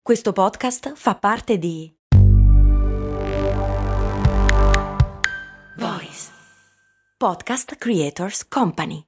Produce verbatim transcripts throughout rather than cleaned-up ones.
Questo podcast fa parte di Voice Podcast Creators Company.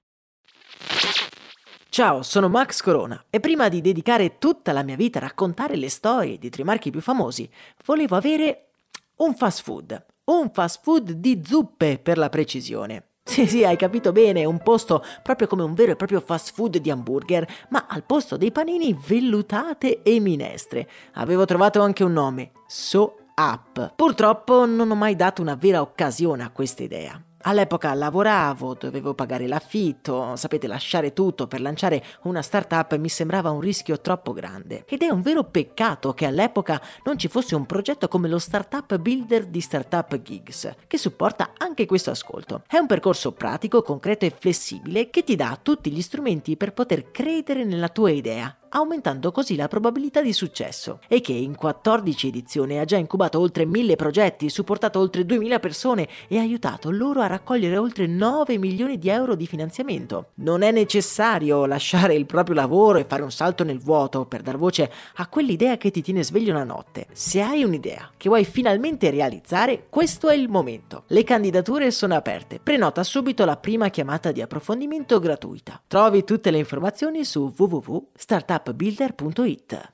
Ciao, sono Max Corona e prima di dedicare tutta la mia vita a raccontare le storie di tre marchi più famosi, volevo avere un fast food, un fast food di zuppe per la precisione. Sì, sì, hai capito bene, un posto proprio come un vero e proprio fast food di hamburger, ma al posto dei panini vellutate e minestre. Avevo trovato anche un nome, So Up. Purtroppo non ho mai dato una vera occasione a questa idea. All'epoca lavoravo, dovevo pagare l'affitto, sapete, lasciare tutto per lanciare una startup mi sembrava un rischio troppo grande. Ed è un vero peccato che all'epoca non ci fosse un progetto come lo Startup Builder di Startup Gigs, che supporta anche questo ascolto. È un percorso pratico, concreto e flessibile che ti dà tutti gli strumenti per poter credere nella tua idea, aumentando così la probabilità di successo, e che in quattordici edizioni ha già incubato oltre mille progetti, supportato oltre duemila persone e aiutato loro a raccogliere oltre nove milioni di euro di finanziamento. Non è necessario lasciare il proprio lavoro e fare un salto nel vuoto per dar voce a quell'idea che ti tiene sveglio la notte. Se hai un'idea che vuoi finalmente realizzare, questo è il momento. Le candidature sono aperte. Prenota subito la prima chiamata di approfondimento gratuita. Trovi tutte le informazioni su w w w punto startup builder punto it.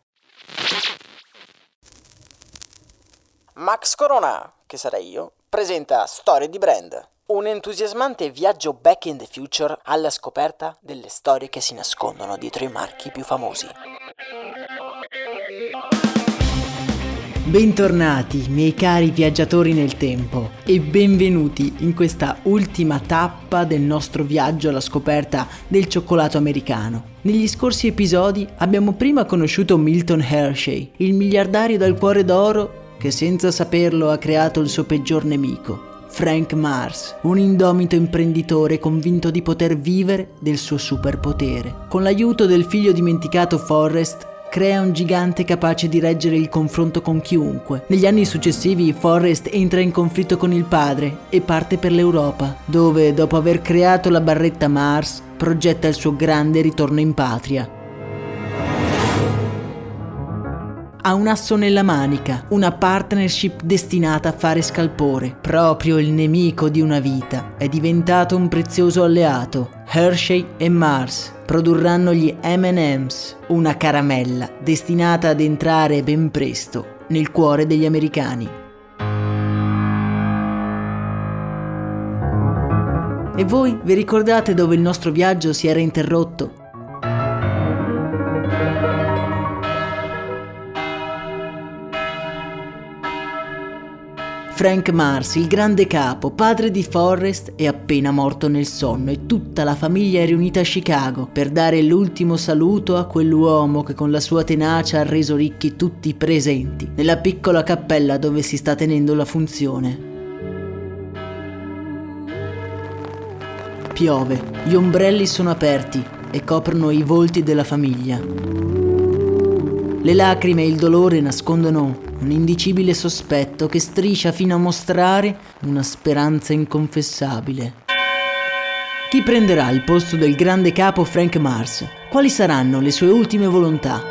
Max Corona, che sarei io, presenta Storie di Brand, un entusiasmante viaggio back in the future alla scoperta delle storie che si nascondono dietro i marchi più famosi. Bentornati, miei cari viaggiatori nel tempo, e benvenuti in questa ultima tappa del nostro viaggio alla scoperta del cioccolato americano. Negli scorsi episodi abbiamo prima conosciuto Milton Hershey, il miliardario dal cuore d'oro che senza saperlo ha creato il suo peggior nemico, Frank Mars, un indomito imprenditore convinto di poter vivere del suo superpotere. Con l'aiuto del figlio dimenticato Forrest, crea un gigante capace di reggere il confronto con chiunque. Negli anni successivi Forrest entra in conflitto con il padre e parte per l'Europa, dove, dopo aver creato la barretta Mars, progetta il suo grande ritorno in patria. Ha un asso nella manica, una partnership destinata a fare scalpore. Proprio il nemico di una vita è diventato un prezioso alleato. Hershey e Mars produrranno gli emme and em's, una caramella destinata ad entrare ben presto nel cuore degli americani. E voi vi ricordate dove il nostro viaggio si era interrotto? Frank Mars, il grande capo, padre di Forrest, è appena morto nel sonno e tutta la famiglia è riunita a Chicago per dare l'ultimo saluto a quell'uomo che con la sua tenacia ha reso ricchi tutti i presenti, nella piccola cappella dove si sta tenendo la funzione. Piove, gli ombrelli sono aperti e coprono i volti della famiglia. Le lacrime e il dolore nascondono un indicibile sospetto che striscia fino a mostrare una speranza inconfessabile. Chi prenderà il posto del grande capo Frank Mars? Quali saranno le sue ultime volontà?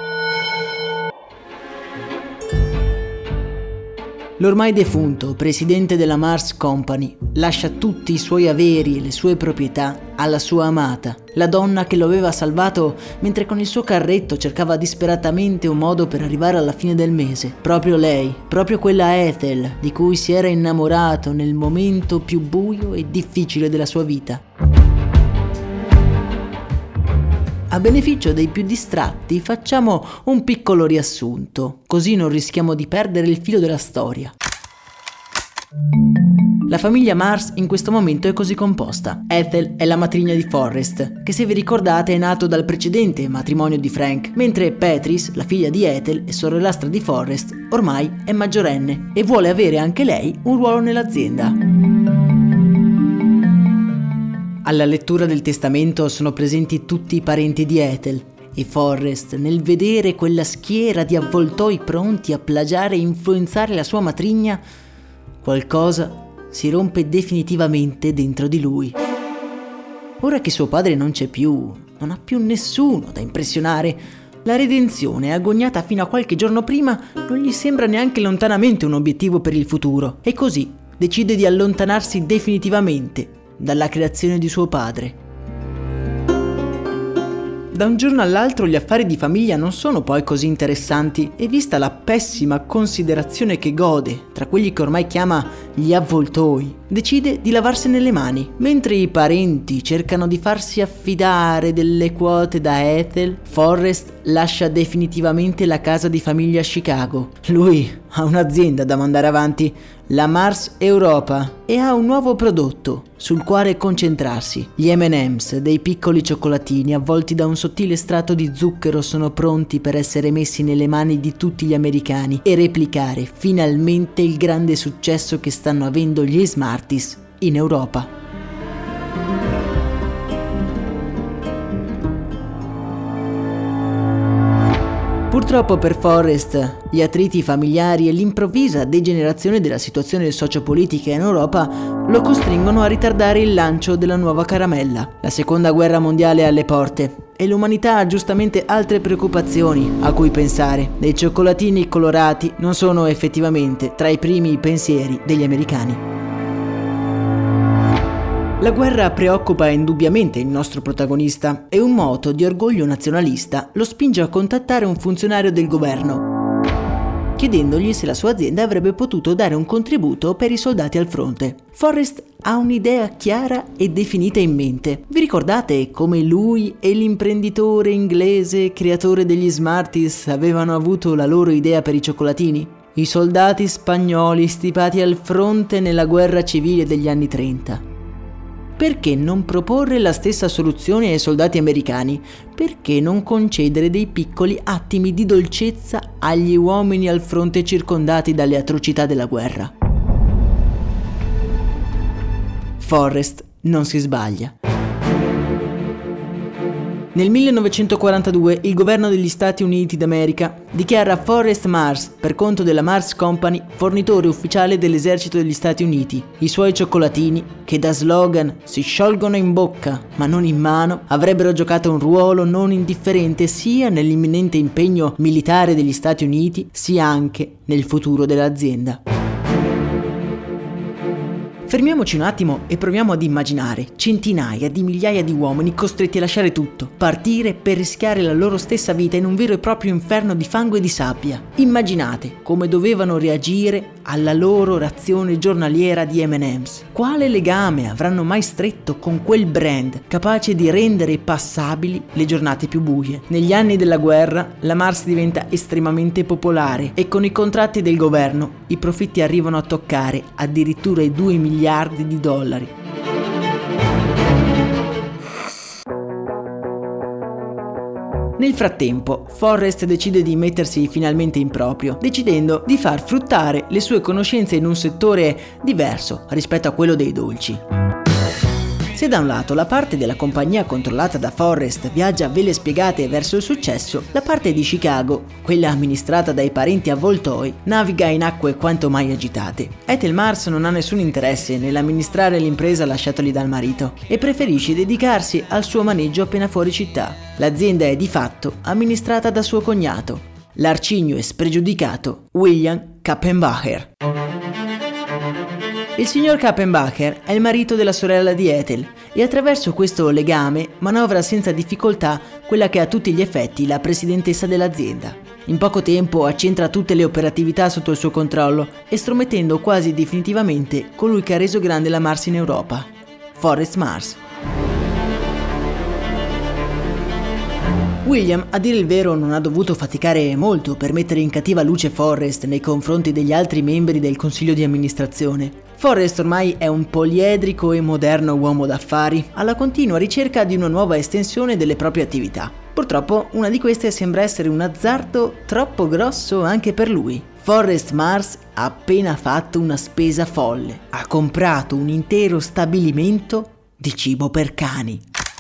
L'ormai defunto presidente della Mars Company lascia tutti i suoi averi e le sue proprietà alla sua amata, la donna che lo aveva salvato mentre con il suo carretto cercava disperatamente un modo per arrivare alla fine del mese. Proprio lei, proprio quella Ethel di cui si era innamorato nel momento più buio e difficile della sua vita. A beneficio dei più distratti facciamo un piccolo riassunto, così non rischiamo di perdere il filo della storia. La famiglia Mars in questo momento è così composta. Ethel è la matrigna di Forrest, che se vi ricordate è nato dal precedente matrimonio di Frank, mentre Patrice, la figlia di Ethel e sorellastra di Forrest, ormai è maggiorenne e vuole avere anche lei un ruolo nell'azienda. Alla lettura del testamento sono presenti tutti i parenti di Ethel e Forrest, nel vedere quella schiera di avvoltoi pronti a plagiare e influenzare la sua matrigna, qualcosa si rompe definitivamente dentro di lui. Ora che suo padre non c'è più, non ha più nessuno da impressionare, La redenzione, agognata fino a qualche giorno prima, non gli sembra neanche lontanamente un obiettivo per il futuro e così decide di allontanarsi definitivamente dalla creazione di suo padre. Da un giorno all'altro gli affari di famiglia non sono poi così interessanti e vista la pessima considerazione che gode tra quelli che ormai chiama gli avvoltoi, decide di lavarsene le mani. Mentre i parenti cercano di farsi affidare delle quote da Ethel, Forrest lascia definitivamente la casa di famiglia a Chicago. Lui ha un'azienda da mandare avanti, la Mars Europa, e ha un nuovo prodotto sul quale concentrarsi. Gli emme and em's, dei piccoli cioccolatini avvolti da un sottile strato di zucchero, sono pronti per essere messi nelle mani di tutti gli americani e replicare finalmente il grande successo che stanno avendo gli Smarties in Europa. Purtroppo per Forrest, gli attriti familiari e l'improvvisa degenerazione della situazione sociopolitica in Europa lo costringono a ritardare il lancio della nuova caramella. La seconda guerra mondiale è alle porte e l'umanità ha giustamente altre preoccupazioni a cui pensare. Dei cioccolatini colorati non sono effettivamente tra i primi pensieri degli americani. La guerra preoccupa indubbiamente il nostro protagonista e un moto di orgoglio nazionalista lo spinge a contattare un funzionario del governo, chiedendogli se la sua azienda avrebbe potuto dare un contributo per i soldati al fronte. Forrest ha un'idea chiara e definita in mente. Vi ricordate come lui e l'imprenditore inglese creatore degli Smarties avevano avuto la loro idea per i cioccolatini? I soldati spagnoli stipati al fronte nella guerra civile degli anni trenta. Perché non proporre la stessa soluzione ai soldati americani? Perché non concedere dei piccoli attimi di dolcezza agli uomini al fronte circondati dalle atrocità della guerra? Forrest non si sbaglia. Nel millenovecentoquarantadue il governo degli Stati Uniti d'America dichiara Forrest Mars, per conto della Mars Company, fornitore ufficiale dell'esercito degli Stati Uniti. I suoi cioccolatini, che da slogan si sciolgono in bocca ma non in mano, avrebbero giocato un ruolo non indifferente sia nell'imminente impegno militare degli Stati Uniti, sia anche nel futuro dell'azienda. Fermiamoci un attimo e proviamo ad immaginare centinaia di migliaia di uomini costretti a lasciare tutto, partire per rischiare la loro stessa vita in un vero e proprio inferno di fango e di sabbia. Immaginate come dovevano reagire alla loro razione giornaliera di emme and em's. Quale legame avranno mai stretto con quel brand capace di rendere passabili le giornate più buie? Negli anni della guerra la Mars diventa estremamente popolare e con i contratti del governo i profitti arrivano a toccare addirittura i due miliardi di dollari. Nel frattempo, Forrest decide di mettersi finalmente in proprio, decidendo di far fruttare le sue conoscenze in un settore diverso rispetto a quello dei dolci. Se da un lato la parte della compagnia controllata da Forrest viaggia a vele spiegate verso il successo, la parte di Chicago, quella amministrata dai parenti avvoltoi, naviga in acque quanto mai agitate. Ethel Mars non ha nessun interesse nell'amministrare l'impresa lasciatogli dal marito e preferisce dedicarsi al suo maneggio appena fuori città. L'azienda è di fatto amministrata da suo cognato, l'arcigno e spregiudicato William Kappenbacher. Il signor Kappenbacher è il marito della sorella di Ethel e attraverso questo legame manovra senza difficoltà quella che è a tutti gli effetti la presidentessa dell'azienda. In poco tempo accentra tutte le operatività sotto il suo controllo, estromettendo quasi definitivamente colui che ha reso grande la Mars in Europa, Forrest Mars. William, a dire il vero, non ha dovuto faticare molto per mettere in cattiva luce Forrest nei confronti degli altri membri del consiglio di amministrazione. Forrest ormai è un poliedrico e moderno uomo d'affari, alla continua ricerca di una nuova estensione delle proprie attività. Purtroppo una di queste sembra essere un azzardo troppo grosso anche per lui. Forrest Mars ha appena fatto una spesa folle. Ha comprato un intero stabilimento di cibo per cani.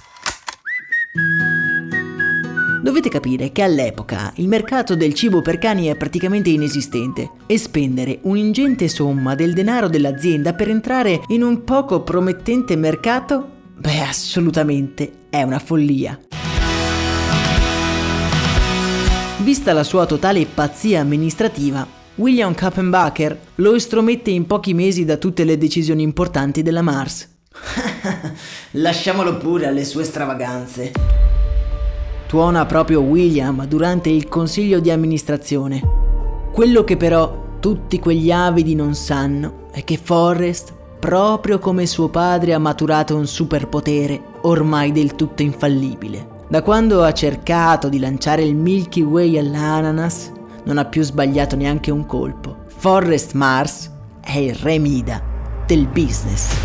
Dovete capire che all'epoca il mercato del cibo per cani è praticamente inesistente e spendere un'ingente somma del denaro dell'azienda per entrare in un poco promettente mercato, beh, assolutamente è una follia. Vista la sua totale pazzia amministrativa, William Kappenbacher lo estromette in pochi mesi da tutte le decisioni importanti della Mars. Lasciamolo pure alle sue stravaganze, tuona proprio William durante il consiglio di amministrazione. Quello che però tutti quegli avidi non sanno è che Forrest, proprio come suo padre, ha maturato un superpotere ormai del tutto infallibile. Da quando ha cercato di lanciare il Milky Way all'ananas, non ha più sbagliato neanche un colpo. Forrest Mars è il re Mida del business.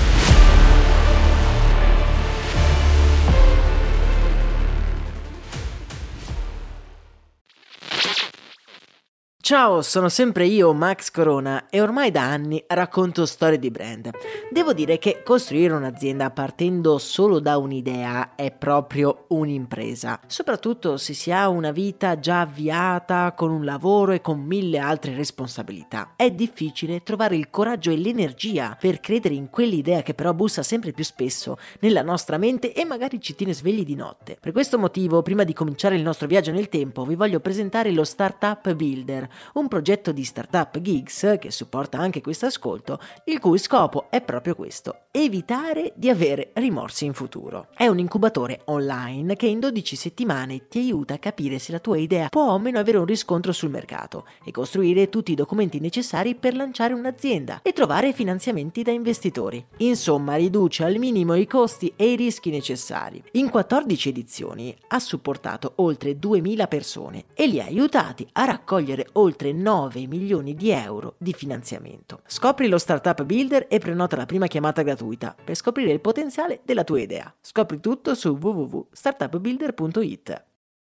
Ciao, sono sempre io, Max Corona, e ormai da anni racconto storie di brand. Devo dire che costruire un'azienda partendo solo da un'idea è proprio un'impresa, soprattutto se si ha una vita già avviata con un lavoro e con mille altre responsabilità. È difficile trovare il coraggio e l'energia per credere in quell'idea che però bussa sempre più spesso nella nostra mente e magari ci tiene svegli di notte. Per questo motivo, prima di cominciare il nostro viaggio nel tempo, vi voglio presentare lo Startup Builder, un progetto di Startup Geeks che supporta anche questo ascolto, il cui scopo è proprio questo: evitare di avere rimorsi in futuro. È un incubatore online che in dodici settimane ti aiuta a capire se la tua idea può o meno avere un riscontro sul mercato e costruire tutti i documenti necessari per lanciare un'azienda e trovare finanziamenti da investitori. Insomma, riduce al minimo i costi e i rischi necessari. In quattordici edizioni ha supportato oltre duemila persone e li ha aiutati a raccogliere oltre nove milioni di euro di finanziamento. Scopri lo Startup Builder e prenota la prima chiamata gratuita per scoprire il potenziale della tua idea. Scopri tutto su w w w punto startup builder punto i t.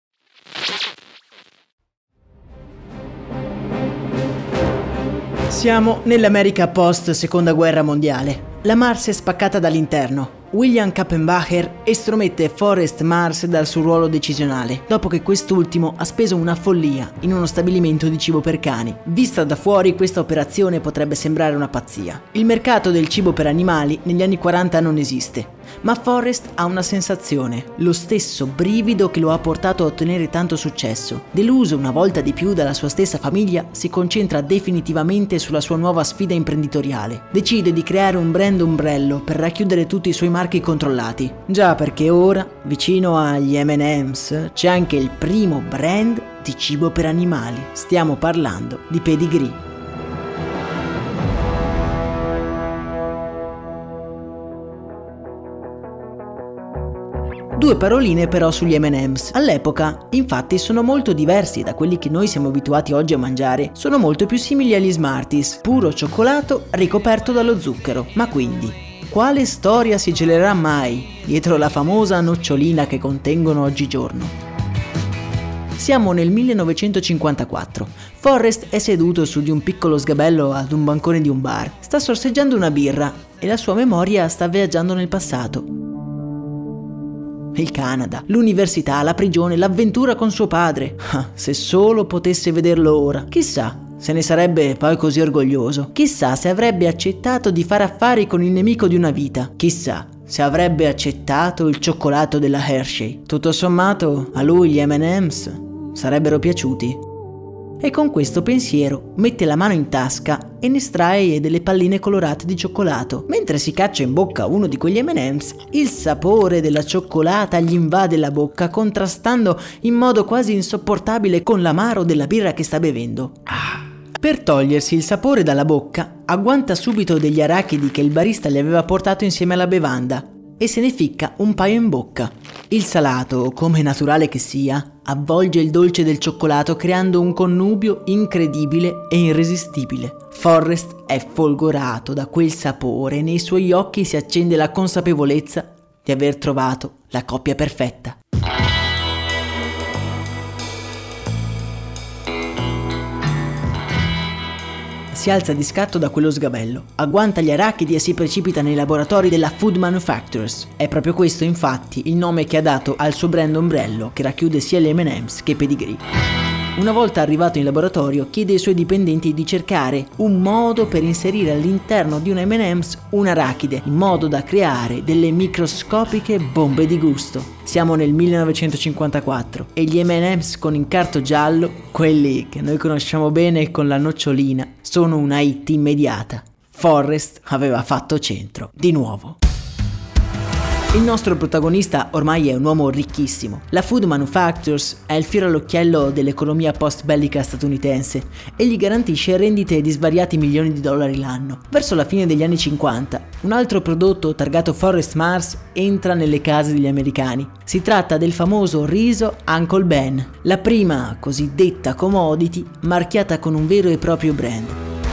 Siamo nell'America post seconda guerra mondiale. La Mars è spaccata dall'interno. William Kappenbacher estromette Forrest Mars dal suo ruolo decisionale, dopo che quest'ultimo ha speso una follia in uno stabilimento di cibo per cani. Vista da fuori, questa operazione potrebbe sembrare una pazzia. Il mercato del cibo per animali negli anni quaranta non esiste, ma Forrest ha una sensazione, lo stesso brivido che lo ha portato a ottenere tanto successo. Deluso una volta di più dalla sua stessa famiglia, si concentra definitivamente sulla sua nuova sfida imprenditoriale. Decide di creare un brand ombrello per racchiudere tutti i suoi marchi controllati. Già, perché ora, vicino agli emme and em's, c'è anche il primo brand di cibo per animali. Stiamo parlando di Pedigree. Due paroline però sugli emme and em's. All'epoca, infatti, sono molto diversi da quelli che noi siamo abituati oggi a mangiare. Sono molto più simili agli Smarties, puro cioccolato ricoperto dallo zucchero. Ma quindi, quale storia si celerà mai dietro la famosa nocciolina che contengono oggigiorno? Siamo nel millenovecentocinquantaquattro. Forrest è seduto su di un piccolo sgabello ad un bancone di un bar. Sta sorseggiando una birra e la sua memoria sta viaggiando nel passato. Il Canada, l'università, la prigione, l'avventura con suo padre. Ah, se solo potesse vederlo ora. Chissà se ne sarebbe poi così orgoglioso. Chissà se avrebbe accettato di fare affari con il nemico di una vita. Chissà se avrebbe accettato il cioccolato della Hershey. Tutto sommato, a lui gli emme and em's sarebbero piaciuti. E con questo pensiero mette la mano in tasca e ne estrae delle palline colorate di cioccolato. Mentre si caccia in bocca uno di quegli emme and em's, il sapore della cioccolata gli invade la bocca, contrastando in modo quasi insopportabile con l'amaro della birra che sta bevendo. Ah! Per togliersi il sapore dalla bocca, agguanta subito degli arachidi che il barista gli aveva portato insieme alla bevanda e se ne ficca un paio in bocca. Il salato, come naturale che sia, avvolge il dolce del cioccolato creando un connubio incredibile e irresistibile. Forrest è folgorato da quel sapore e nei suoi occhi si accende la consapevolezza di aver trovato la coppia perfetta. Si alza di scatto da quello sgabello, agguanta gli arachidi e si precipita nei laboratori della Food Manufacturers. È proprio questo, infatti, il nome che ha dato al suo brand ombrello che racchiude sia gli emme and em's che Pedigree. Una volta arrivato in laboratorio, chiede ai suoi dipendenti di cercare un modo per inserire all'interno di un emme and emm's un'arachide, in modo da creare delle microscopiche bombe di gusto. Siamo nel millenovecentocinquantaquattro e gli emme and emm's con incarto giallo, quelli che noi conosciamo bene con la nocciolina, sono una hit immediata. Forrest aveva fatto centro, di nuovo. Il nostro protagonista ormai è un uomo ricchissimo. La Food Manufacturers è il fiore all'occhiello dell'economia post-bellica statunitense e gli garantisce rendite di svariati milioni di dollari l'anno. Verso la fine degli anni cinquanta, un altro prodotto targato Forrest Mars entra nelle case degli americani. Si tratta del famoso riso Uncle Ben, la prima cosiddetta commodity marchiata con un vero e proprio brand.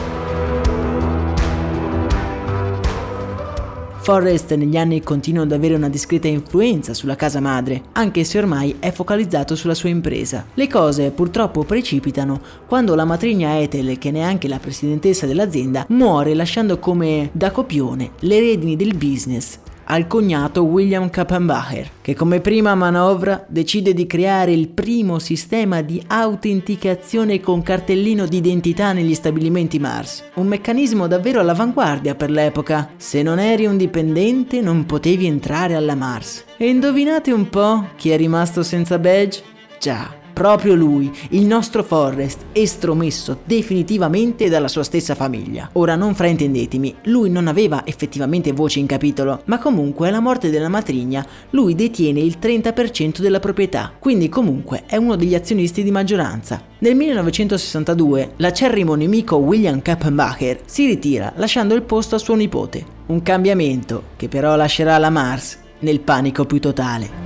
Forrest negli anni continua ad avere una discreta influenza sulla casa madre, anche se ormai è focalizzato sulla sua impresa. Le cose purtroppo precipitano quando la matrigna Ethel, che neanche la presidentessa dell'azienda, muore lasciando come da copione le redini del business al cognato William Kappenbacher, che come prima manovra decide di creare il primo sistema di autenticazione con cartellino di identità negli stabilimenti Mars. Un meccanismo davvero all'avanguardia per l'epoca. Se non eri un dipendente non potevi entrare alla Mars. E indovinate un po' chi è rimasto senza badge? Già, proprio lui, il nostro Forrest, estromesso definitivamente dalla sua stessa famiglia. Ora non fraintendetemi, lui non aveva effettivamente voce in capitolo, ma comunque alla morte della matrigna lui detiene il trenta per cento della proprietà, quindi comunque è uno degli azionisti di maggioranza. Nel millenovecentosessantadue l'acerrimo nemico William Kappenbacher si ritira lasciando il posto a suo nipote, un cambiamento che però lascerà la Mars nel panico più totale.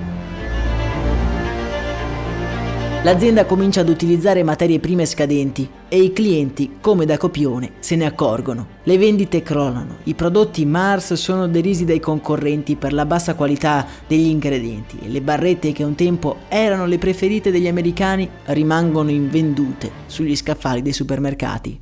L'azienda comincia ad utilizzare materie prime scadenti e i clienti, come da copione, se ne accorgono. Le vendite crollano, i prodotti Mars sono derisi dai concorrenti per la bassa qualità degli ingredienti e le barrette che un tempo erano le preferite degli americani rimangono invendute sugli scaffali dei supermercati.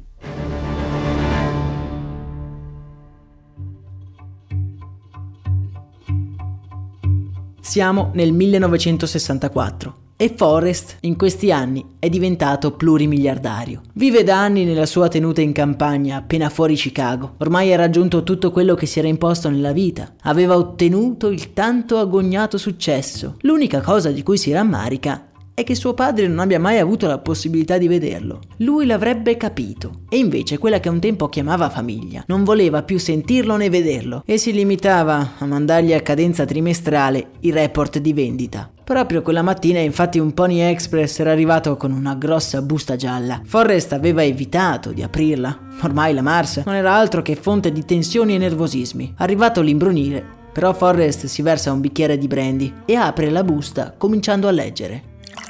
Siamo nel millenovecentosessantaquattro. E Forrest in questi anni è diventato plurimiliardario. Vive da anni nella sua tenuta in campagna appena fuori Chicago. Ormai ha raggiunto tutto quello che si era imposto nella vita. Aveva ottenuto il tanto agognato successo. L'unica cosa di cui si rammarica è che suo padre non abbia mai avuto la possibilità di vederlo. Lui l'avrebbe capito, e invece quella che un tempo chiamava famiglia non voleva più sentirlo né vederlo e si limitava a mandargli a cadenza trimestrale i report di vendita. Proprio quella mattina infatti un Pony Express era arrivato con una grossa busta gialla. Forrest aveva evitato di aprirla. Ormai la Mars non era altro che fonte di tensioni e nervosismi. Arrivato l'imbrunire, però Forrest si versa un bicchiere di brandy e apre la busta cominciando a leggere.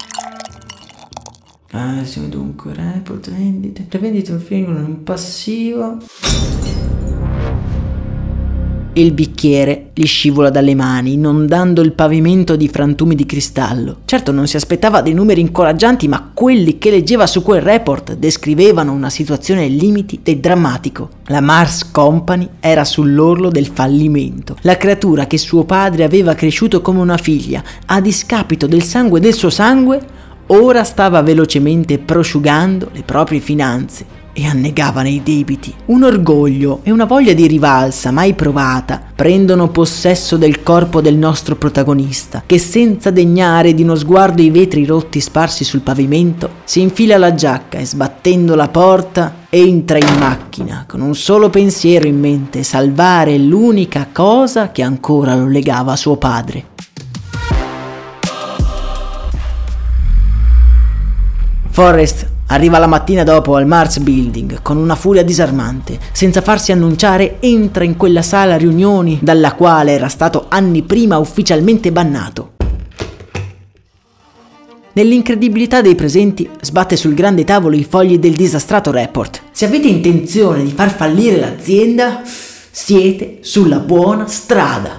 Ah, siamo dunque report vendite. Le vendite avvengono in un passivo. Il bicchiere gli scivola dalle mani, inondando il pavimento di frantumi di cristallo. Certo non si aspettava dei numeri incoraggianti, ma quelli che leggeva su quel report descrivevano una situazione ai limiti del drammatico. La Mars Company era sull'orlo del fallimento. La creatura che suo padre aveva cresciuto come una figlia, a discapito del sangue del suo sangue, ora stava velocemente prosciugando le proprie finanze e annegava nei debiti. Un orgoglio e una voglia di rivalsa mai provata prendono possesso del corpo del nostro protagonista, che senza degnare di uno sguardo i vetri rotti sparsi sul pavimento, si infila la giacca e sbattendo la porta entra in macchina con un solo pensiero in mente: salvare l'unica cosa che ancora lo legava a suo padre. Forrest arriva la mattina dopo al Mars Building con una furia disarmante. Senza farsi annunciare entra in quella sala riunioni dalla quale era stato anni prima ufficialmente bannato. Nell'incredibilità dei presenti sbatte sul grande tavolo i fogli del disastrato report. Se avete intenzione di far fallire l'azienda, siete sulla buona strada.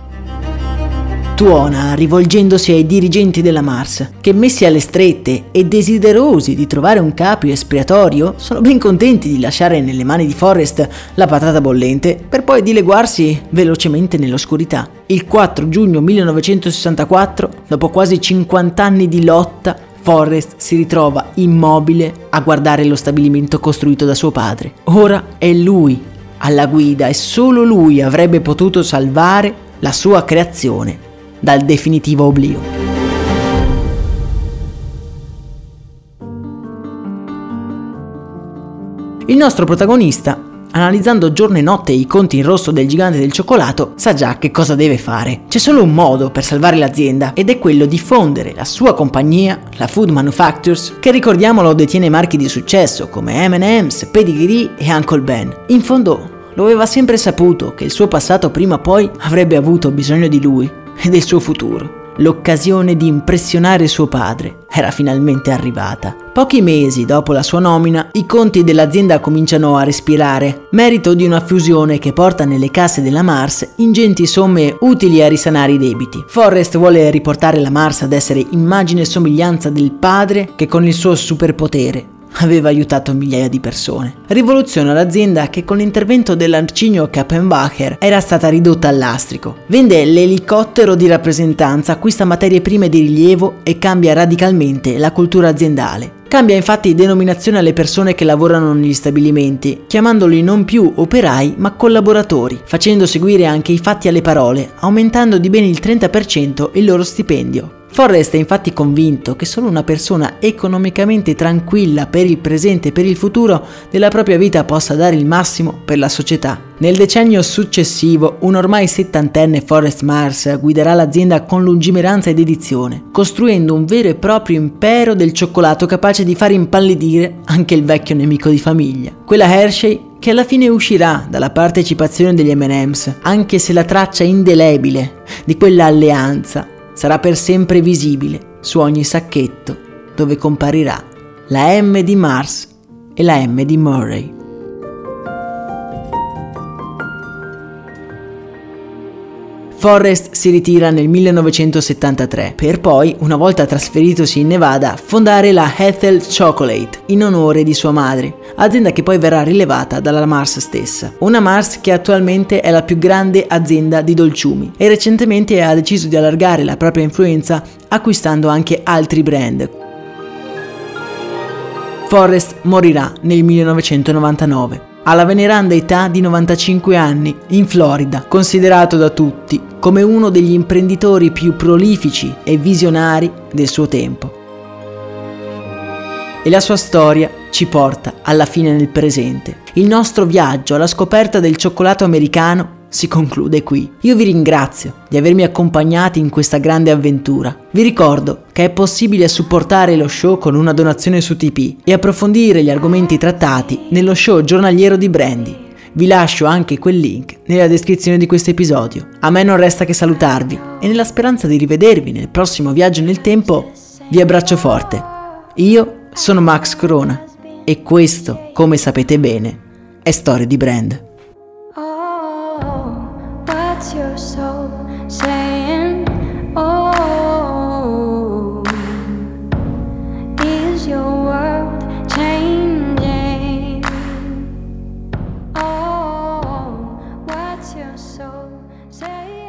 Tuona rivolgendosi ai dirigenti della Mars, che messi alle strette e desiderosi di trovare un capio espiatorio, sono ben contenti di lasciare nelle mani di Forrest la patata bollente per poi dileguarsi velocemente nell'oscurità. Il quattro giugno millenovecentosessantaquattro, dopo quasi cinquanta anni di lotta, Forrest si ritrova immobile a guardare lo stabilimento costruito da suo padre. Ora è lui alla guida e solo lui avrebbe potuto salvare la sua creazione dal definitivo oblio. Il nostro protagonista, analizzando giorno e notte i conti in rosso del gigante del cioccolato, sa già che cosa deve fare. C'è solo un modo per salvare l'azienda ed è quello di fondere la sua compagnia, la Food Manufacturers, che ricordiamolo detiene marchi di successo come emme and em's, Pedigree e Uncle Ben. In fondo lo aveva sempre saputo che il suo passato prima o poi avrebbe avuto bisogno di lui e del suo futuro. L'occasione di impressionare suo padre era finalmente arrivata. Pochi mesi dopo la sua nomina, i conti dell'azienda cominciano a respirare, merito di una fusione che porta nelle casse della Mars ingenti somme utili a risanare i debiti. Forrest vuole riportare la Mars ad essere immagine e somiglianza del padre che con il suo superpotere aveva aiutato migliaia di persone. Rivoluziona l'azienda che con l'intervento dell'arcigno Kappenbacher era stata ridotta al lastrico. Vende l'elicottero di rappresentanza, acquista materie prime di rilievo e cambia radicalmente la cultura aziendale. Cambia infatti denominazione alle persone che lavorano negli stabilimenti, chiamandoli non più operai ma collaboratori, facendo seguire anche i fatti alle parole, aumentando di ben il trenta per cento il loro stipendio. Forrest è infatti convinto che solo una persona economicamente tranquilla per il presente e per il futuro della propria vita possa dare il massimo per la società. Nel decennio successivo, un ormai settantenne Forrest Mars guiderà l'azienda con lungimiranza e dedizione, costruendo un vero e proprio impero del cioccolato capace di far impallidire anche il vecchio nemico di famiglia. Quella Hershey che alla fine uscirà dalla partecipazione degli emme and em's, anche se la traccia indelebile di quella alleanza sarà per sempre visibile su ogni sacchetto dove comparirà la M di Mars e la M di Murray. Forrest si ritira nel millenovecentosettantatré per poi, una volta trasferitosi in Nevada, fondare la Ethel Chocolate in onore di sua madre, azienda che poi verrà rilevata dalla Mars stessa. Una Mars che attualmente è la più grande azienda di dolciumi e recentemente ha deciso di allargare la propria influenza acquistando anche altri brand. Forrest morirà nel millenovecentonovantanove. Alla veneranda età di novantacinque anni, in Florida, considerato da tutti come uno degli imprenditori più prolifici e visionari del suo tempo. E la sua storia ci porta alla fine nel presente. Il nostro viaggio alla scoperta del cioccolato americano si conclude qui. Io vi ringrazio di avermi accompagnati in questa grande avventura. Vi ricordo che è possibile supportare lo show con una donazione su Tipeee e approfondire gli argomenti trattati nello show giornaliero di Brandy. Vi lascio anche quel link nella descrizione di questo episodio. A me non resta che salutarvi e nella speranza di rivedervi nel prossimo viaggio nel tempo, vi abbraccio forte. Io sono Max Corona e questo, come sapete bene, è Storie di Brand. Your soul saying, oh, is your world changing? Oh, what's your soul saying?